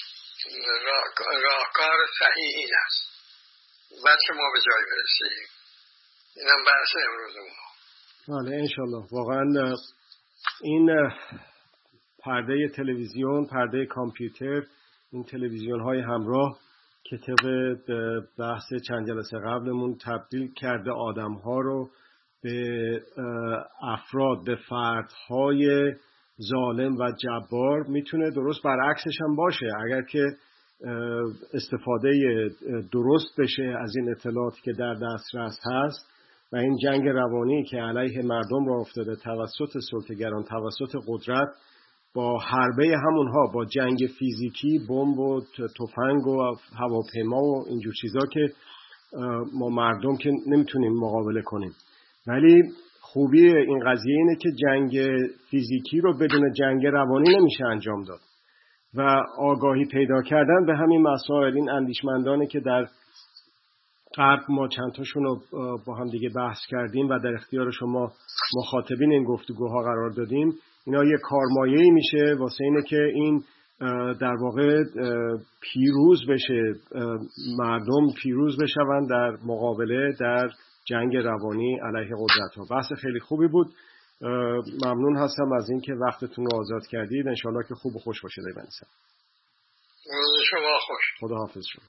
راهکار صحیح این است بچه ما به جای برسیم. اینم بحث امروز ما. بله انشالله. واقعا این پرده تلویزیون، پرده کامپیوتر، این تلویزیون های همراه که طبق بحث چند جلسه قبلمون تبدیل کرده آدم ها رو به افراد، به فردهای ظالم و جبار. میتونه درست برعکسش هم باشه اگر که استفاده درست بشه از این اطلاعاتی که در دسترس هست و این جنگ روانی که علیه مردم را افتاده توسط سلطه‌گران، توسط قدرت، با حربه همونها، با جنگ فیزیکی، بمب و تفنگ و هواپیما و اینجور چیزا که ما مردم که نمیتونیم مقابله کنیم. ولی خوبی این قضیه اینه که جنگ فیزیکی رو بدون جنگ روانی نمیشه انجام داد و آگاهی پیدا کردن به همین مسائل. این اندیشمندانه که در غرب ما چند تاشون رو با هم دیگه بحث کردیم و در اختیار شما مخاطبین این گفتگوها قرار دادیم، اینا یه کارمایه‌ای میشه واسه اینه که این در واقع پیروز بشه، مردم پیروز بشون در مقابله در جنگ روانی علیه قدرت‌ها. بحث خیلی خوبی بود. ممنون هستم از اینکه وقتتون رو آزاد کردید. انشالله که خوب و خوش باشه. شما خوش. خدا حافظ شما.